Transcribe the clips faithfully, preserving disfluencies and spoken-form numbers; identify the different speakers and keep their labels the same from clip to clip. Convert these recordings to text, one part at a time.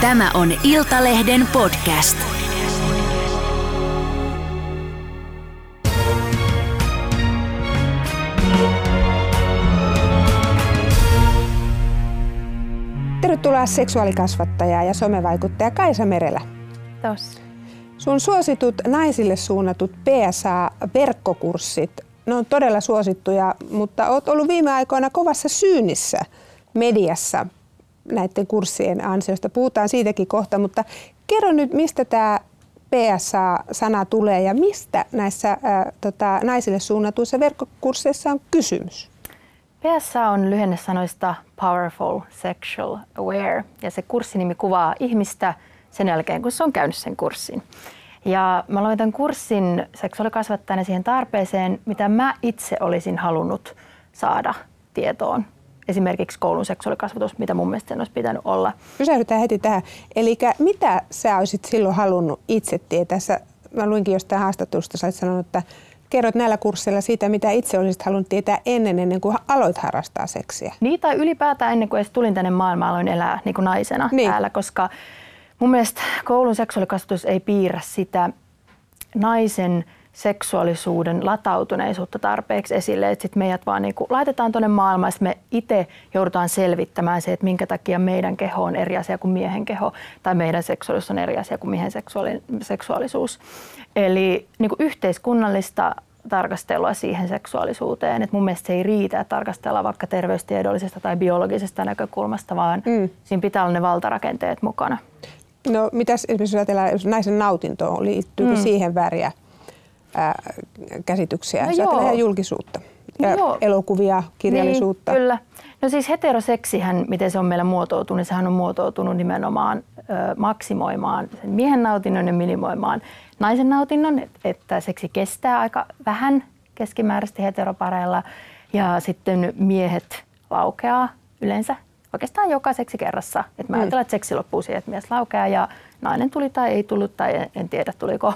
Speaker 1: Tämä on Iltalehden podcast.
Speaker 2: Tervetuloa seksuaalikasvattaja ja somevaikuttaja Kaisa Merelä.
Speaker 3: Tos.
Speaker 2: Sun suositut naisille suunnatut P S A-verkkokurssit, ne on todella suosittuja, mutta oot ollut viime aikoina kovassa syynissä mediassa näiden kurssien ansiosta. Puhutaan siitäkin kohta, mutta kerro nyt, mistä tämä P S A-sana tulee ja mistä näissä ää, tota, naisille suunnatuissa verkkokursseissa on kysymys?
Speaker 3: P S A on lyhenne sanoista Powerful Sexual Aware ja se kurssinimi kuvaa ihmistä sen jälkeen, kun se on käynyt sen kurssin. Ja mä aloin tämän kurssin seksuaalikasvattajana siihen tarpeeseen, mitä mä itse olisin halunnut saada tietoon. Esimerkiksi koulun seksuaalikasvatus, mitä mun mielestä sen olisi pitänyt olla.
Speaker 2: Pysähdytään heti tähän. Eli mitä sä olisit silloin halunnut itse tietää? Sä, mä luinkin jostain haastattelusta, sä olit sanonut, että kerrot näillä kursseilla siitä, mitä itse olisit halunnut tietää ennen, ennen kuin aloit harrastaa seksiä.
Speaker 3: Niin, tai ylipäätään ennen kuin edes tulin tänne maailmaan, aloin elää niin kuin naisena
Speaker 2: niin.
Speaker 3: täällä, koska mun mielestä koulun seksuaalikasvatus ei piirrä sitä naisen seksuaalisuuden latautuneisuutta tarpeeksi esille, että sit meidät vaan niinku laitetaan tuonne maailmaan, ja me itse joudutaan selvittämään se, että minkä takia meidän keho on eri asia kuin miehen keho, tai meidän seksuaalisuus on eri asia kuin miehen seksuaali- seksuaalisuus. Eli niinku yhteiskunnallista tarkastelua siihen seksuaalisuuteen, että mun mielestä se ei riitä, että tarkastellaan vaikka terveystiedollisesta tai biologisesta näkökulmasta, vaan mm. siinä pitää olla ne valtarakenteet mukana.
Speaker 2: No mitäs esimerkiksi ajatellaan naisen nautintoon, liittyykö mm. siihen väriä? Ää, käsityksiä, no sä ihan julkisuutta, ja no elokuvia, kirjallisuutta.
Speaker 3: Niin, kyllä. No siis heteroseksihän, miten se on meillä muotoutunut, niin sehän on muotoutunut nimenomaan ö, maksimoimaan sen miehen nautinnon ja minimoimaan naisen nautinnon, että seksi kestää aika vähän keskimääräisesti heteropareilla ja sitten miehet laukeaa yleensä oikeastaan joka seksikerrassa. Et mä mm. ajattelen, että seksi loppuu siihen, että mies laukeaa ja nainen tuli tai ei tullut tai en, en tiedä tuliko.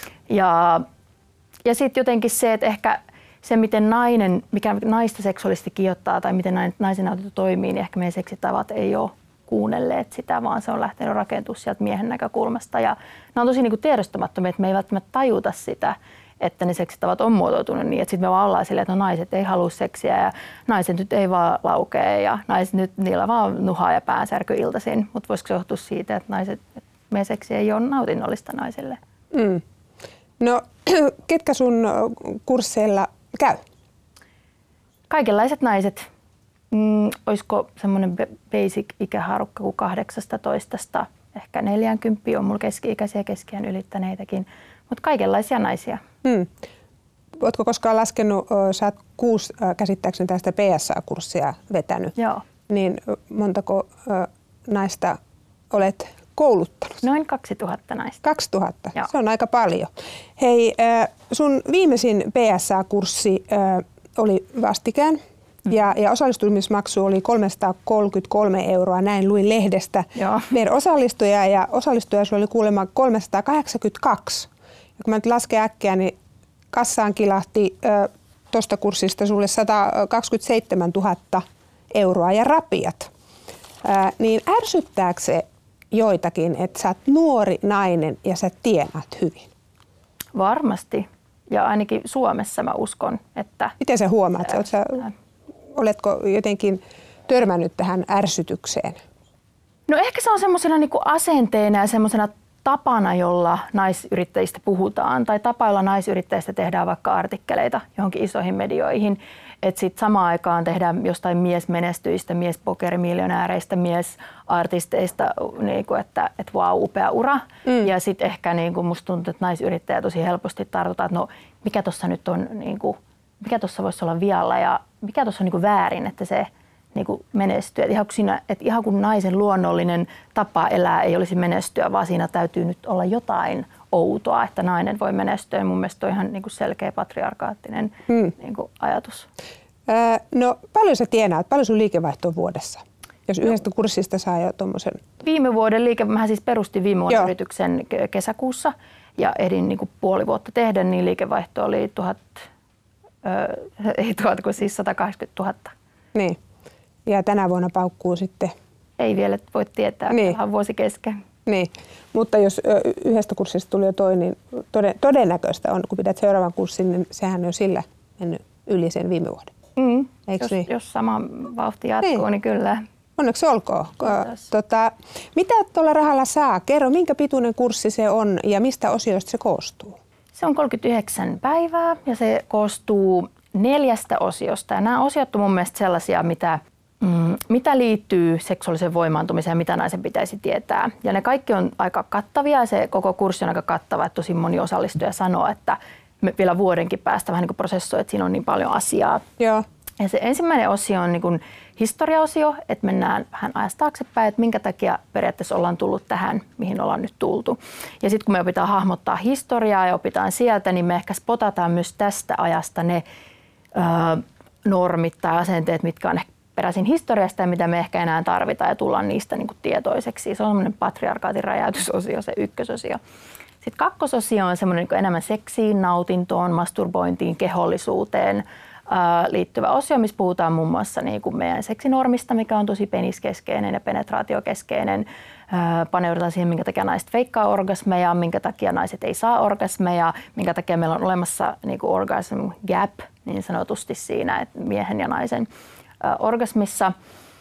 Speaker 3: Ja Ja sitten jotenkin se, että ehkä se, miten nainen, mikä naista seksuaalisesti kiihottaa tai miten naisen nautinto toimii, niin ehkä meidän seksitavat ei ole kuunnelleet sitä, vaan se on lähtenyt rakentua sieltä miehen näkökulmasta. Ja ne on tosi niin kuin tiedostamattomia, että me ei välttämättä tajuta sitä, että ne seksitavat on muotoutunut niin, että sitten me vaan ollaan silleen, että no naiset ei halua seksiä ja naiset nyt ei vaan laukee ja naiset nyt niillä vaan nuhaa ja päänsärky iltaisin. Mutta voisiko se johtua siitä, että naiset, että meidän seksi ei ole nautinnollista naisille?
Speaker 2: Mm. No, ketkä sun kursseilla käy?
Speaker 3: Kaikenlaiset naiset. Mm, olisiko semmoinen basic-ikäharukka kuin kahdeksastatoista, ehkä neljäänkymmeneen on mulla keski-ikäisiä keskiään ylittäneitäkin, mutta kaikenlaisia naisia. Hmm.
Speaker 2: Ootko koskaan laskenut, sä oot kuusi käsittääkseni tästä P S A-kurssia vetänyt,
Speaker 3: Joo.
Speaker 2: niin montako naista olet kouluttanut?
Speaker 3: Noin kaksituhatta naista.
Speaker 2: kaksituhatta,
Speaker 3: Joo.
Speaker 2: Se on aika paljon. Hei, sun viimeisin P S A-kurssi oli vastikään mm. ja, ja osallistumismaksu oli kolmesataakolmekymmentäkolme euroa, näin luin lehdestä
Speaker 3: Joo.
Speaker 2: per osallistuja ja osallistuja oli kuulemma kolmesataakahdeksankymmentäkaksi. Ja kun mä nyt lasken äkkiä, niin kassaan kilahti tuosta kurssista sulle sata kaksikymmentäseitsemäntuhatta euroa ja rapiat. Ää, niin ärsyttääkö se joitakin, että sä oot nuori nainen ja sä tienaat hyvin?
Speaker 3: Varmasti. Ja ainakin Suomessa mä uskon, että...
Speaker 2: Miten sä huomaat? Oot sä, oletko jotenkin törmännyt tähän ärsytykseen?
Speaker 3: No ehkä se on semmoisena niinku asenteena ja semmoisena tapana, jolla naisyrittäjistä puhutaan. Tai tapa, jolla naisyrittäjistä tehdään vaikka artikkeleita johonkin isoihin medioihin. Että sitten samaan aikaan tehdään jostain miesmenestyistä, miespokerimiljonääreistä, miesartisteista, niinku, että et vau, upea ura. Mm. Ja sitten ehkä niinku, musta tuntuu, että naisyrittäjä tosi helposti tartutaan, että no mikä tuossa nyt on, niinku, mikä tuossa voisi olla vialla ja mikä tuossa on niinku väärin, että se niinku menestyy. Et ihan, kun siinä, et ihan kun naisen luonnollinen tapa elää ei olisi menestyä, vaan siinä täytyy nyt olla jotain outoa, että nainen voi menestyä. Mun mielestä on ihan niinku selkeä patriarkaattinen mm. niinku ajatus.
Speaker 2: Öö, no paljon sä tienaat, paljon sun liikevaihto on vuodessa? Jos no. yhdestä kurssista saa jo tommosen...
Speaker 3: Viime vuoden liike, mä siis perustin viime vuoden yrityksen kesäkuussa ja ehdin niinku puoli vuotta tehdä, niin liikevaihto oli tuhat, öö, ei tuhat, kun siis sata kahdeksankymmentätuhatta.
Speaker 2: Niin. Ja tänä vuonna paukkuu sitten
Speaker 3: ei vielä voi tietää,
Speaker 2: niin.
Speaker 3: Meillä on vuosi kesken.
Speaker 2: Niin, mutta jos yhdestä kurssista tuli jo toinen, niin todennäköistä on, kun pidät seuraavan kurssin, niin sehän on jo sillä mennyt yli sen viime vuoden.
Speaker 3: Mm.
Speaker 2: Eikö
Speaker 3: jos,
Speaker 2: niin?
Speaker 3: jos sama vauhti jatkuu, niin, niin kyllä.
Speaker 2: Onneksi olkoon. Tota, mitä tuolla rahalla saa? Kerro, minkä pituinen kurssi se on ja mistä osioista se koostuu?
Speaker 3: Se on kolmekymmentäyhdeksän päivää ja se koostuu neljästä osiosta. Ja nämä osiot on mun mielestä sellaisia, mitä, mm, mitä liittyy seksuaaliseen voimaantumiseen ja mitä naisen pitäisi tietää. Ja ne kaikki on aika kattavia ja se koko kurssi on aika kattava, että tosi moni osallistuja sanoo, että me vielä vuodenkin päästä vähän niin kuin prosessoi, että siinä on niin paljon asiaa.
Speaker 2: Joo.
Speaker 3: Ja se ensimmäinen osio on niin kuin historiaosio, että mennään vähän ajasta taaksepäin, että minkä takia periaatteessa ollaan tullut tähän, mihin ollaan nyt tultu. Ja sitten kun me opitaan hahmottaa historiaa ja opitaan sieltä, niin me ehkä spotataan myös tästä ajasta ne ö, normit tai asenteet, mitkä on ehkä peräisin historiasta ja mitä me ehkä enää tarvitaan ja tullaan niistä niin kuin tietoiseksi. Se on semmoinen patriarkaatin räjäytysosio, se ykkösosio. Sitten kakkososio on semmoinen niin enemmän seksiin, nautintoon, masturbointiin, kehollisuuteen liittyvä osio, missä puhutaan muun muassa niin kuin meidän seksinormista, mikä on tosi peniskeskeinen ja penetraatiokeskeinen. Paneudutaan siihen, minkä takia naiset feikkaa orgasmeja, minkä takia naiset ei saa orgasmeja, minkä takia meillä on olemassa niin kuin orgasm gap niin sanotusti siinä, että miehen ja naisen orgasmissa.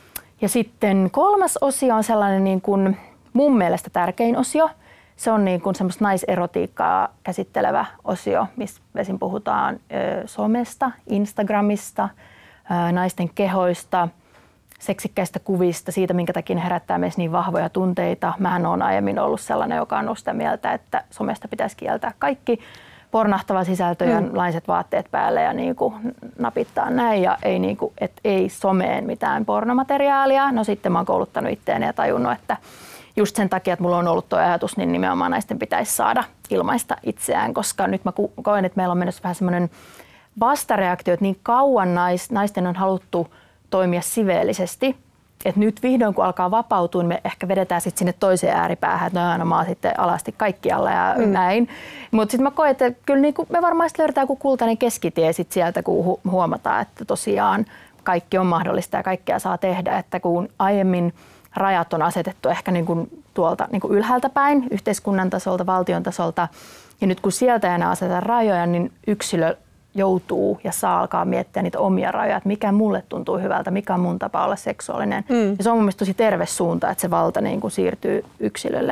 Speaker 3: Ja sitten kolmas osio on sellainen niin kuin mun mielestä tärkein osio. Se on niin kuin semmoista naiserotiikkaa käsittelevä osio, missä esim. Puhutaan ö, somesta, Instagramista, ö, naisten kehoista, seksikkäistä kuvista, siitä minkä takia ne herättää meissä niin vahvoja tunteita. Mähän olen aiemmin ollut sellainen, joka on ollut sitä mieltä, että somesta pitäisi kieltää kaikki pornahtava sisältö ja mm. naiset vaatteet päälle ja niin kuin napittaa näin ja ei, niin kuin, et ei someen mitään pornomateriaalia. No sitten mä oon kouluttanut itseäni ja tajunnut, että just sen takia, että mulla on ollut tuo ajatus, niin nimenomaan naisten pitäisi saada ilmaista itseään, koska nyt mä koen, että meillä on menossa vähän semmoinen vastareaktio, että niin kauan nais, naisten on haluttu toimia siveellisesti, että nyt vihdoin kun alkaa vapautua, niin me ehkä vedetään sitten sinne toiseen ääripäähän, että no aina mä oon sitten alasti kaikkialla ja mm. näin. Mutta sitten mä koen, että kyllä niin me varmaan löydetään joku kultainen keskitie sit sieltä, kun hu- huomataan, että tosiaan kaikki on mahdollista ja kaikkea saa tehdä, että kun aiemmin rajat on asetettu ehkä niin kuin tuolta niin kuin ylhäältä päin, yhteiskunnan tasolta, valtion tasolta. Ja nyt kun sieltä ei enää aseteta rajoja, niin yksilö joutuu ja saa alkaa miettiä niitä omia rajoja, että mikä mulle tuntuu hyvältä, mikä on mun tapa olla seksuaalinen. Mm. Ja se on mun mielestä tosi terve suunta, että se valta niin kuin siirtyy yksilölle.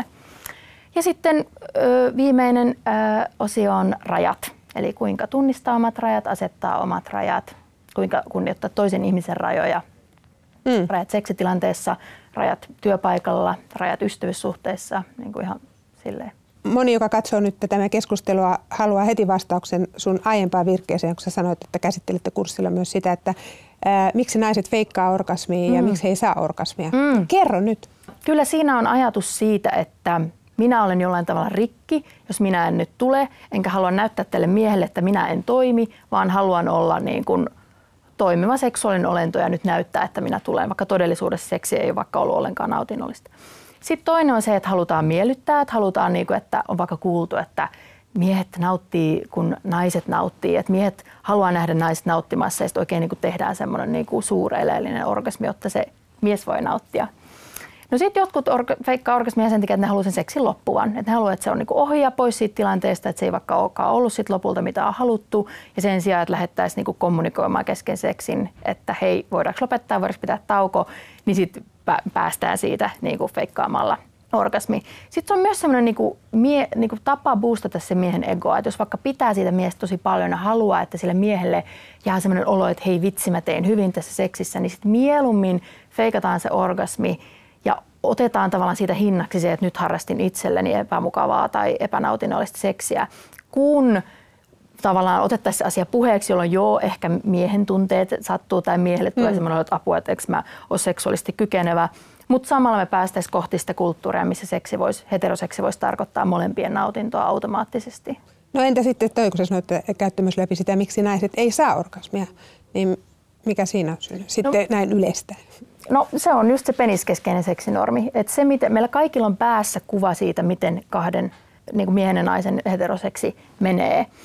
Speaker 3: Ja sitten ö, viimeinen ö, osio on rajat. Eli kuinka tunnistaa omat rajat, asettaa omat rajat, kuinka kunnioittaa toisen ihmisen rajoja. Mm. Rajat seksitilanteessa, rajat työpaikalla, rajat ystävyyssuhteissa, niin kuin ihan silleen.
Speaker 2: Moni, joka katsoo nyt tätä keskustelua, haluaa heti vastauksen sun aiempaan virkkeeseen, kun sä sanoit, että käsittelitte kurssilla myös sitä, että ää, miksi naiset feikkaa orgasmia mm. ja miksi he ei saa orgasmia. Mm. Kerro nyt.
Speaker 3: Kyllä siinä on ajatus siitä, että minä olen jollain tavalla rikki, jos minä en nyt tule, enkä halua näyttää tälle miehelle, että minä en toimi, vaan haluan olla niin kuin toimiva seksuaalinen olento ja nyt näyttää, että minä tulen, vaikka todellisuudessa seksi ei ole vaikka ollut ollenkaan nautinnollista. Sitten toinen on se, että halutaan miellyttää, että halutaan, että on vaikka kuultu, että miehet nauttii, kun naiset nauttii, että miehet haluaa nähdä naiset nauttimassa ja sitten oikein niin kuin tehdään semmoinen niin kuin suureleellinen orgasmi, jotta se mies voi nauttia. No sitten jotkut orga, feikkaa orgasmia sen takia, että ne haluaa sen seksin loppuvan. Että ne haluaa, että se on niin kuin ohi ja pois siitä tilanteesta, että se ei vaikka olekaan ollut sit lopulta mitä on haluttu. Ja sen sijaan, että lähdettäisiin niin kuin kommunikoimaan kesken seksin, että hei, voidaanko lopettaa, voidaanko pitää tauko, niin sitten päästään siitä niin kuin feikkaamalla orgasmi. Sitten on myös sellainen niin kuin mie, niin kuin tapa boostata se miehen egoa, että jos vaikka pitää siitä miestä tosi paljon ja haluaa, että sille miehelle jää sellainen olo, että hei vitsi, mä tein hyvin tässä seksissä, niin sitten mieluummin feikataan se orgasmi ja otetaan tavallaan siitä hinnaksi se, että nyt harrastin itselleni epämukavaa tai epänautinnollista seksiä, kun tavallaan otettaisiin se asia puheeksi, jolloin joo, ehkä miehen tunteet sattuu tai miehelle tulee mm. semmoinen apua, että eikö mä ole seksuaalisesti kykenevä. Mutta samalla me päästäisiin kohti sitä kulttuuria, missä seksi voisi, heteroseksi voisi tarkoittaa molempien nautintoa automaattisesti.
Speaker 2: No entä sitten toi, kun sä sanoit, että käytte myös läpi sitä, miksi naiset ei saa orgasmia, niin mikä siinä on syy? Sitten no, näin yleistä.
Speaker 3: No se on just se peniskeskeinen seksinormi. Että se, miten, meillä kaikilla on päässä kuva siitä, miten kahden niin kuin miehen ja naisen heteroseksi menee.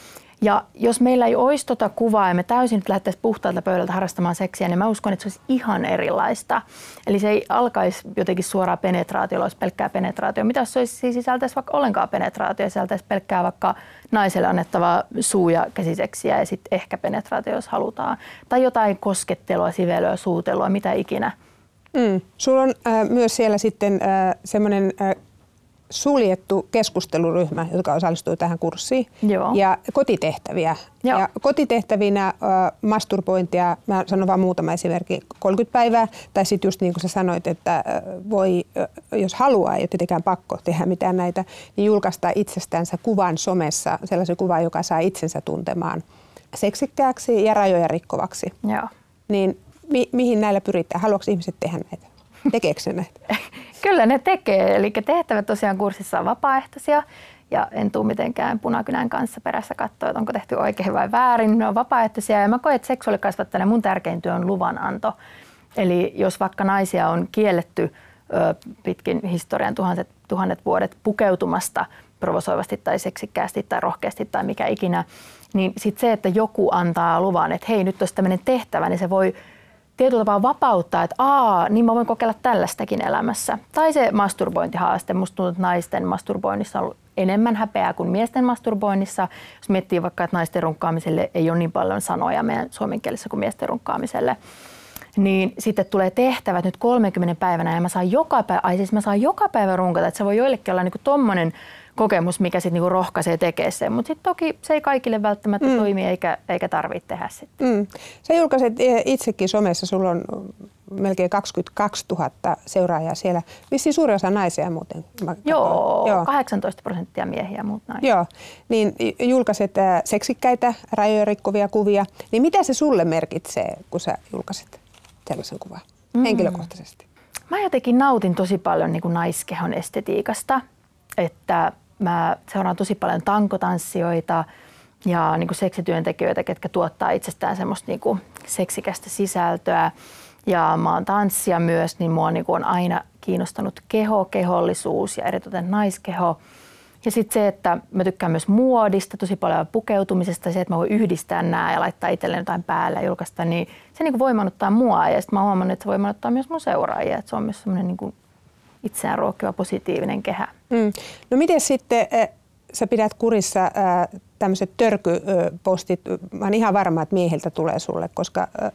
Speaker 3: Ja jos meillä ei olisi tota kuvaa ja me täysin nyt lähdettäisiin puhtaalta pöydältä harrastamaan seksiä, niin mä uskon, että se olisi ihan erilaista. Eli se ei alkaisi jotenkin suoraan penetraatiolla, olisi pelkkää penetraatio. Mitä jos se olisi sisältäisi vaikka ollenkaan penetraatio, sisältäisi pelkkää vaikka naiselle annettavaa suu- ja käsiseksiä ja sitten ehkä penetraatio, jos halutaan. Tai jotain koskettelua, sivelyä, suutelua, mitä ikinä.
Speaker 2: Mm. Sulla on äh, myös siellä sitten äh, semmoinen äh, suljettu keskusteluryhmä, joka osallistuu tähän kurssiin.
Speaker 3: Joo.
Speaker 2: Ja kotitehtäviä.
Speaker 3: Joo.
Speaker 2: Ja kotitehtävinä äh, masturbointia, mä sanon vain muutama esimerkki, kolmekymmentä päivää, tai sitten just niin kuin sä sanoit, että äh, voi, äh, jos haluaa, ei ole tietenkään pakko tehdä mitään näitä, niin julkaista itsestänsä kuvan somessa, sellaisen kuvan, joka saa itsensä tuntemaan seksikkääksi ja rajoja rikkovaksi.
Speaker 3: Joo.
Speaker 2: Niin mi- mihin näillä pyritään? Haluatko ihmiset tehdä näitä? Tekeekö ne näitä?
Speaker 3: Kyllä ne tekee. Eli tehtävät tosiaan kurssissa on vapaaehtoisia ja en tule mitenkään punakynän kanssa perässä katsoa, että onko tehty oikein vai väärin. Ne on vapaaehtoisia ja mä koen, että seksuaalikasvattajana mun tärkein työ on luvananto. Eli jos vaikka naisia on kielletty ö, pitkin historian tuhannet, tuhannet vuodet pukeutumasta provosoivasti tai seksikkäästi tai rohkeasti tai mikä ikinä, niin sitten se, että joku antaa luvan, että hei, nyt olisi tämmöinen tehtävä, niin se voi tietyllä tapaa vapauttaa, että aa, niin mä voin kokeilla tällaistakin elämässä. Tai se masturbointihaaste. Musta tuntuu, että naisten masturboinnissa on ollut enemmän häpeää kuin miesten masturboinnissa. Jos miettii vaikka, että naisten runkkaamiselle ei ole niin paljon sanoja meidän suomenkielessä kuin miesten runkkaamiselle, niin sitten tulee tehtävät nyt kolmekymmentä päivänä ja mä saan joka päivä, ai siis mä saan joka päivä runkata, että se voi joillekin olla niinku tommonen kokemus, mikä sitten niinku rohkaisee tekemään sen, mutta sitten toki se ei kaikille välttämättä mm. toimi eikä, eikä tarvitse tehdä sitten. Mm.
Speaker 2: Sä julkaiset itsekin somessa, sulla on melkein kaksikymmentäkaksituhatta seuraajaa siellä. Vissiin suurin osa naisia muuten.
Speaker 3: Joo, Joo, kahdeksantoista prosenttia miehiä ja muut naisia.
Speaker 2: Joo, niin julkaiset seksikkäitä, rajoja rikkovia kuvia. Niin mitä se sulle merkitsee, kun sä julkaiset sellaisen kuvan mm. henkilökohtaisesti?
Speaker 3: Mä jotenkin nautin tosi paljon niin kuin naiskehon estetiikasta. Että mä seuraan tosi paljon tankotanssijoita ja niin kuin seksityöntekijöitä, ketkä tuottaa itsestään semmoista niin kuin seksikästä sisältöä. Ja mä oon tanssija myös, niin mua niin kuin on aina kiinnostanut keho, kehollisuus ja erityisen naiskeho. Ja sitten se, että mä tykkään myös muodista, tosi paljon pukeutumisesta, se, että mä voin yhdistää nämä ja laittaa itselleen jotain päälle ja julkaista, niin se niin kuin voimannuttaa mua. Ja sitten mä huomannut, että se voimannuttaa myös mun seuraajia, että se on myös semmoinen niin kuin itseään ruokkiva positiivinen kehä. Mm.
Speaker 2: No miten sitten äh, sä pidät kurissa äh, tämmöiset törkypostit? Mä oon ihan varma, että miehiltä tulee sulle, koska äh,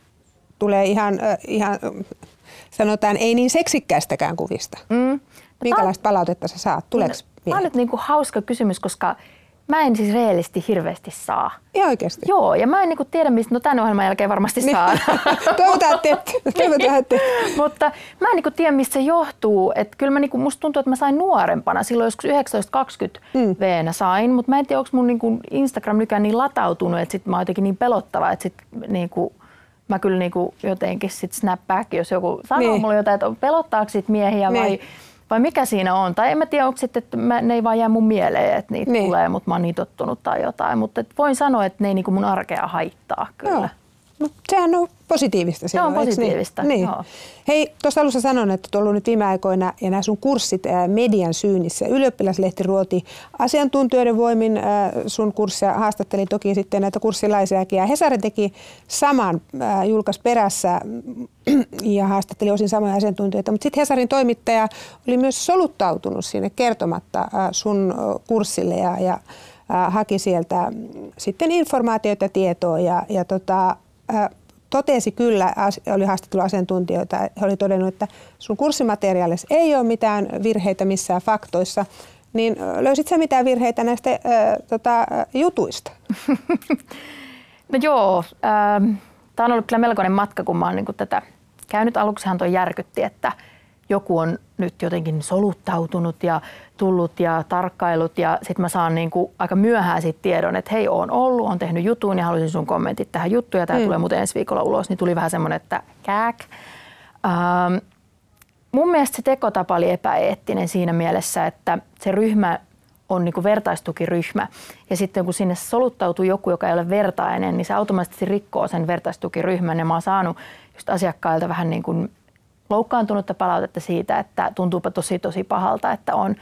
Speaker 2: tulee ihan, äh, ihan äh, sanotaan ei niin seksikkäästäkään kuvista. Mm. Minkälaista palautetta sä saat? Tuleeko
Speaker 3: no, tämä on nyt niinku hauska kysymys, koska mä en siis reellisesti hirveästi saa.
Speaker 2: Ihan oikeasti?
Speaker 3: Joo, ja mä en niinku tiedä, mistä, no tämän ohjelman jälkeen varmasti niin. saan.
Speaker 2: Toivotaan, että Toivotaan, että
Speaker 3: Mutta mä en niinku tiedä, mistä se johtuu. Että kyllä mä niinku, musta tuntuu, että mä sain nuorempana. Silloin joskus yhdeksäntoista kaksikymmentä mm. vuonna sain, mutta mä en tiedä, onko mun niinku Instagram nykyään niin latautunut, että sit mä oon jotenkin niin pelottava, että sit niinku, mä kyllä niinku jotenkin sit snap back, jos joku sanoo niin. mulle jotain, että pelottaako sit miehiä niin. vai... Vai mikä siinä on? Tai en mä tiedä, onko sitten, että mä, ne ei vaan jää mun mieleen, että niitä niin. tulee, mutta mä oon niin tottunut tai jotain. Mutta voin sanoa, että ne ei niinku mun arkea haittaa kyllä. Joo.
Speaker 2: No, sehän on positiivista.
Speaker 3: Se on positiivista,
Speaker 2: niin?
Speaker 3: joo.
Speaker 2: Hei, tuossa alussa sanon, että olet ollut nyt viime aikoina ja nämä sun kurssit ää, median syynnissä. Ylioppilaslehti ruoti asiantuntijoiden voimin ää, sun kurssia, haastatteli toki sitten näitä kurssilaisiakin. Ja Hesari teki saman, ää, julkaisi perässä ja haastatteli osin samoja asiantuntijoita. Mutta sitten Hesarin toimittaja oli myös soluttautunut sinne kertomatta ää, sun kurssille ja, ja ää, haki sieltä sitten informaatiota, tietoa ja, ja tota, ää, totesi kyllä, oli haastattelut asiantuntijoita, he oli todennut, että sun kurssimateriaalissa ei ole mitään virheitä missään faktoissa, niin löysit sä mitään virheitä näistä äh, tota, jutuista?
Speaker 3: No joo, ähm, tämä on ollut kyllä melkoinen matka, kun mä oon niin tätä käynyt. Aluksihan toi järkytti, että joku on nyt jotenkin soluttautunut ja tullut ja tarkkailut ja sitten mä saan niin kuin aika myöhään sit tiedon, että hei, oon ollut, oon tehnyt jutun ja haluaisin sun kommentit tähän juttuun ja tämä mm. tulee muuten ensi viikolla ulos, niin tuli vähän semmoinen, että kääk. Ähm, mun mielestä se tekotapa oli epäeettinen siinä mielessä, että se ryhmä on niin kuin vertaistukiryhmä ja sitten kun sinne soluttautuu joku, joka ei ole vertainen, niin se automaattisesti rikkoo sen vertaistukiryhmän ja mä oon saanut just asiakkailta vähän niin kuin loukkaantunutta palautetta siitä, että tuntuupa tosi tosi pahalta, että on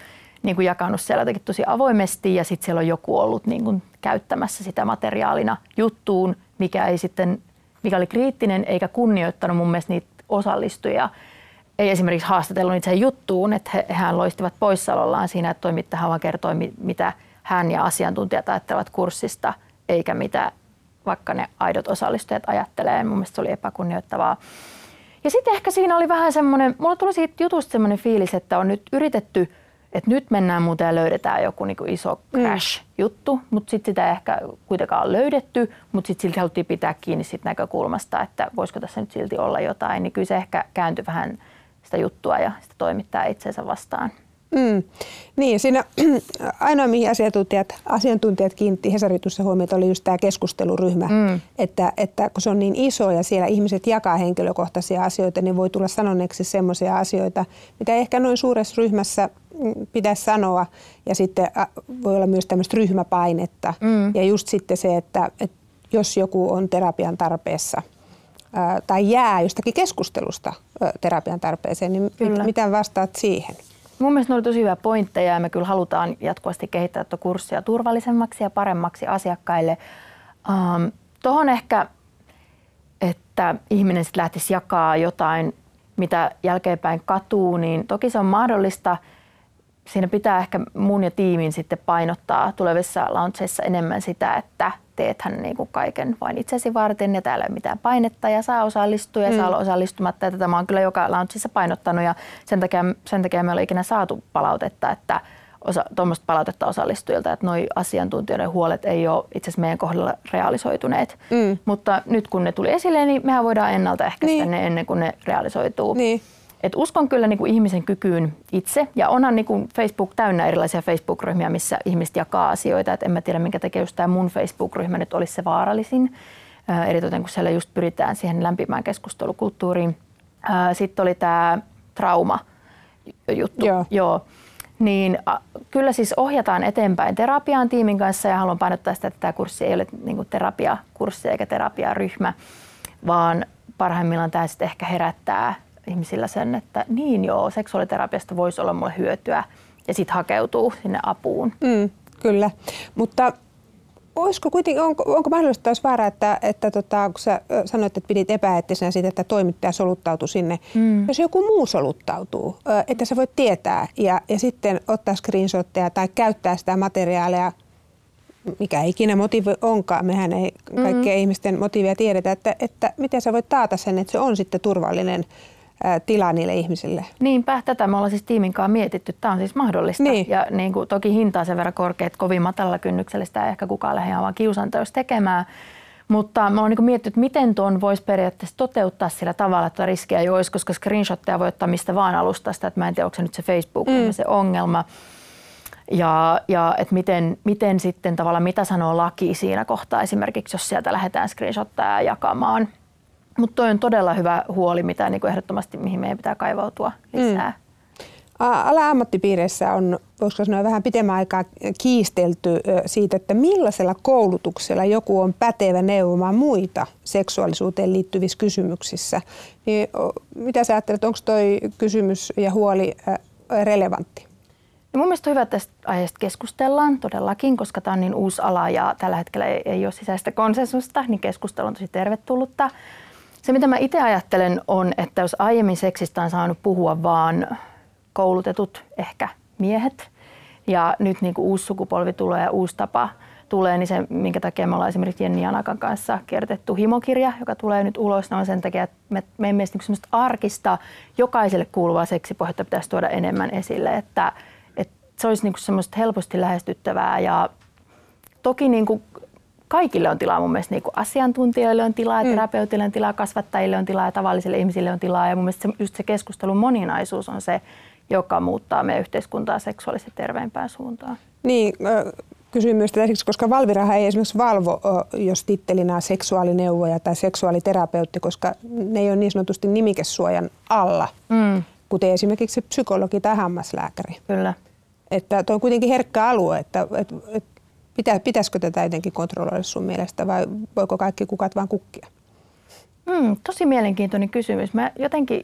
Speaker 3: niin kuin jakanut siellä jotenkin tosi avoimesti ja sitten siellä on joku ollut niin kuin käyttämässä sitä materiaalina juttuun, mikä, ei sitten, mikä oli kriittinen eikä kunnioittanut mun mielestä niitä osallistujia. Ei esimerkiksi haastatellut itse juttuun, että he, hän loistivat poissaolollaan siinä, että toimittaja vaan kertoi, mitä hän ja asiantuntijat ajattelevat kurssista, eikä mitä vaikka ne aidot osallistujat ajattelee. Mun mielestä se oli epäkunnioittavaa. Ja sitten ehkä siinä oli vähän semmoinen, mulla tuli siitä jutusta semmoinen fiilis, että on nyt yritetty, että nyt mennään muuten ja löydetään joku niinku iso crash-juttu, mm. mutta sitten sitä ei ehkä kuitenkaan löydetty, mutta sitten silti haluttiin pitää kiinni siitä näkökulmasta, että voisiko tässä nyt silti olla jotain, niin kyllä se ehkä kääntyi vähän sitä juttua ja sitä toimittaa itseensä vastaan.
Speaker 2: Mm. Niin, siinä ainoa mihin asiantuntijat, asiantuntijat kiinnitti Hesaritussa huomiota oli just tämä keskusteluryhmä, mm. että, että kun se on niin iso ja siellä ihmiset jakaa henkilökohtaisia asioita, niin voi tulla sanoneeksi semmoisia asioita, mitä ehkä noin suuressa ryhmässä pitäisi sanoa ja sitten voi olla myös tämmöistä ryhmäpainetta mm. ja just sitten se, että, että jos joku on terapian tarpeessa ää, tai jää jostakin keskustelusta ää, terapian tarpeeseen, niin mit, mitä vastaat siihen?
Speaker 3: Mun mielestä ne oli tosi hyviä pointteja ja me kyllä halutaan jatkuvasti kehittää tuota kurssia turvallisemmaksi ja paremmaksi asiakkaille. Um, Tuohon ehkä, että ihminen sitten lähtisi jakaa jotain, mitä jälkeenpäin katuu, niin toki se on mahdollista. Siinä pitää ehkä mun ja tiimin sitten painottaa tulevissa launcheissa enemmän sitä, että teethän niin kuin kaiken vain itsesi varten ja täällä ei ole mitään painetta ja saa osallistua ja mm. saa olla osallistumatta. Ja tätä mä oon kyllä joka launchissa painottanut ja sen takia, sen takia me ei ole ikinä saatu palautetta, että osa, tuommoista palautetta osallistujilta, että noi asiantuntijoiden huolet ei ole itse asiassa meidän kohdalla realisoituneet. Mm. Mutta nyt kun ne tuli esille, niin mehän voidaan ennaltaehkäistä niin. ne ennen kuin ne realisoituu. Niin. Et uskon kyllä niin kuin ihmisen kykyyn itse ja onhan niin kuin Facebook täynnä erilaisia Facebook-ryhmiä, missä ihmiset jakaa asioita. Et en mä tiedä, minkä takia just tämä mun Facebook-ryhmä nyt olisi se vaarallisin, ää, eritoten kun siellä just pyritään siihen lämpimään keskustelukulttuuriin. Ää, sitten oli tämä trauma-juttu. Joo. Joo. Niin a, kyllä siis ohjataan eteenpäin terapiaan tiimin kanssa ja haluan painottaa sitä, että tämä kurssi ei ole niin kuin terapiakurssi eikä terapiaryhmä, vaan parhaimmillaan tämä sitten ehkä herättää ihmisillä sen, että niin joo, seksuaaliterapiasta voisi olla mulle hyötyä ja sitten hakeutuu sinne apuun. Mm,
Speaker 2: kyllä, mutta olisiko kuitenkin, onko, onko mahdollista olisi vaara, että, että tota, kun sä sanoit, että pidit epäeettisenä siitä, että toimittaja soluttautui sinne, mm. jos joku muu soluttautuu, että sä voit tietää ja, ja sitten ottaa screenshotteja tai käyttää sitä materiaalia, mikä ikinä motiivi onkaan, mehän ei kaikkien mm. ihmisten motiivia tiedetä, että, että miten sä voit taata sen, että se on sitten turvallinen tila niille ihmisille.
Speaker 3: Niinpä, tätä me ollaan siis tiimin kanssa mietitty. Tämä on siis mahdollista. Niin. Ja niin kuin, toki hintaa sen verran korkea, että kovin matalalla kynnyksellä sitä ei ehkä kukaan lähde vaan kiusanteossa tekemään. Mutta me ollaan niin mietitty, että miten tuon voisi periaatteessa toteuttaa sillä tavalla, että riskiä ei olisi, koska screenshotteja voi ottaa mistä vaan alustasta. Että mä en tiedä, onko se nyt se Facebook mm. se ongelma. Ja, ja että miten, miten sitten tavallaan, mitä sanoo laki siinä kohtaa esimerkiksi, jos sieltä lähdetään screenshotteja jakamaan. Mutta toi on todella hyvä huoli, mitä niin ehdottomasti mihin meidän pitää kaivautua lisää. Mm.
Speaker 2: Ala ammattipiireissä on, voisiko sanoa, vähän pitemmän aikaa kiistelty siitä, että millaisella koulutuksella joku on pätevä neuvomaan muita seksuaalisuuteen liittyvissä kysymyksissä. Niin, mitä sä ajattelet, onko toi kysymys ja huoli relevantti?
Speaker 3: Ja mun mielestä on hyvä, että tästä aiheesta keskustellaan todellakin, koska tämä on niin uusi ala ja tällä hetkellä ei, ei ole sisäistä konsensusta, niin keskustelu on tosi tervetullutta. Se, mitä mä itse ajattelen, on, että jos aiemmin seksistä on saanut puhua vaan koulutetut ehkä miehet, ja nyt niin kuin uusi sukupolvi tulee ja uusi tapa tulee, niin se, minkä takia me ollaan esimerkiksi Jenni Janakan kanssa kirjoitettu himokirja, joka tulee nyt ulos, on sen takia, että me, meidän mielestä niin semmoista arkista, jokaiselle kuuluvaa seksipohjetta pitäisi tuoda enemmän esille, että, että se olisi niin kuin semmoista helposti lähestyttävää, ja toki niin kuin kaikille on tilaa mun mielestä, niin kuin asiantuntijoille on tilaa, mm. terapeutille on tilaa, kasvattajille on tilaa ja tavallisille ihmisille on tilaa. Ja mun mielestä se, just se keskustelun moninaisuus on se, joka muuttaa meidän yhteiskuntaa seksuaalisesti terveempään suuntaan.
Speaker 2: Niin, kysyin myös tätä, koska Valvirahan ei esimerkiksi valvo, jos tittelinä on seksuaalineuvoja tai seksuaaliterapeutti, koska ne ei ole niin sanotusti nimikesuojan alla, mm. kuten esimerkiksi psykologi tai hammaslääkäri.
Speaker 3: Kyllä.
Speaker 2: Että tuo on kuitenkin herkkä alue, että, että, että Pitä, pitäisikö tätä jotenkin kontrolloida sun mielestä vai voiko kaikki kukat vaan kukkia?
Speaker 3: Mm, tosi mielenkiintoinen kysymys. Mä jotenkin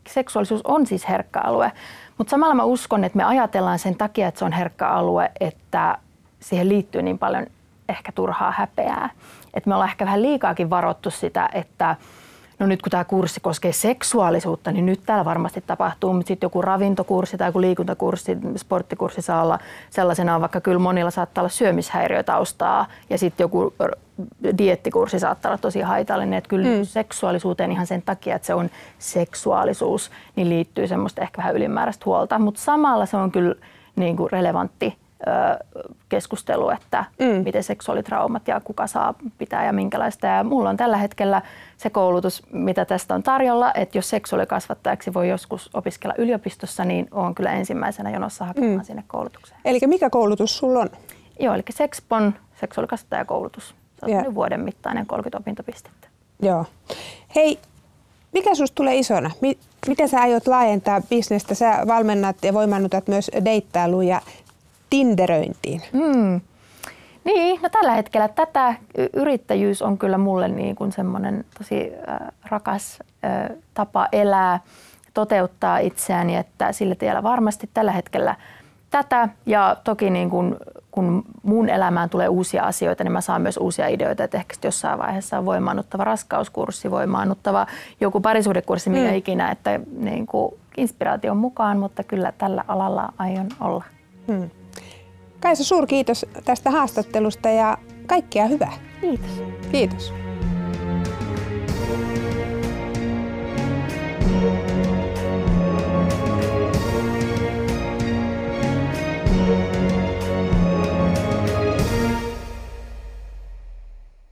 Speaker 3: seksuaalisuus on siis herkkä alue, mutta samalla mä uskon, että me ajatellaan sen takia, että se on herkkä alue, että siihen liittyy niin paljon ehkä turhaa häpeää. Että me ollaan ehkä vähän liikaakin varoittu sitä, että no nyt kun tämä kurssi koskee seksuaalisuutta, niin nyt täällä varmasti tapahtuu, mutta sitten joku ravintokurssi tai joku liikuntakurssi, sporttikurssi saa olla sellaisenaan, vaikka kyllä monilla saattaa olla syömishäiriötaustaa ja sitten joku dieettikurssi saattaa olla tosi haitallinen. Että kyllä mm. seksuaalisuuteen ihan sen takia, että se on seksuaalisuus, niin liittyy semmoista ehkä vähän ylimääräistä huolta, mutta samalla se on kyllä niin kuin relevantti keskustelu, että mm. miten seksuaalitraumat ja kuka saa pitää ja minkälaista. Ja mulla on tällä hetkellä se koulutus, mitä tästä on tarjolla, että jos seksuaalikasvattajaksi voi joskus opiskella yliopistossa, niin olen kyllä ensimmäisenä jonossa hakemaan mm. sinne koulutukseen.
Speaker 2: Eli mikä koulutus sulla on?
Speaker 3: Joo, eli Sexpon seksuaalikasvattajakoulutus. Se on vuoden mittainen kolmekymmentä opintopistettä.
Speaker 2: Joo. Hei, mikä susta tulee isona? Miten sä aiot laajentaa bisnestä? Sä valmennat ja voimannutat myös deittailuun ja tinderöintiin.
Speaker 3: Mm. Niin, no tällä hetkellä tätä yrittäjyys on kyllä mulle niin kuin semmoinen tosi äh, rakas äh, tapa elää, toteuttaa itseäni, että sillä tiellä varmasti tällä hetkellä tätä ja toki niin kuin, kun mun elämään tulee uusia asioita, niin mä saan myös uusia ideoita, että ehkä jossain vaiheessa on voimaannuttava raskauskurssi, voimaannuttava joku parisuhdekurssi, mikä mm. ikinä, että niin kuin inspiraation mukaan, mutta kyllä tällä alalla aion olla.
Speaker 2: Mm. Kaisa, suurkiitos tästä haastattelusta ja kaikkea hyvää.
Speaker 3: Kiitos.
Speaker 2: Kiitos.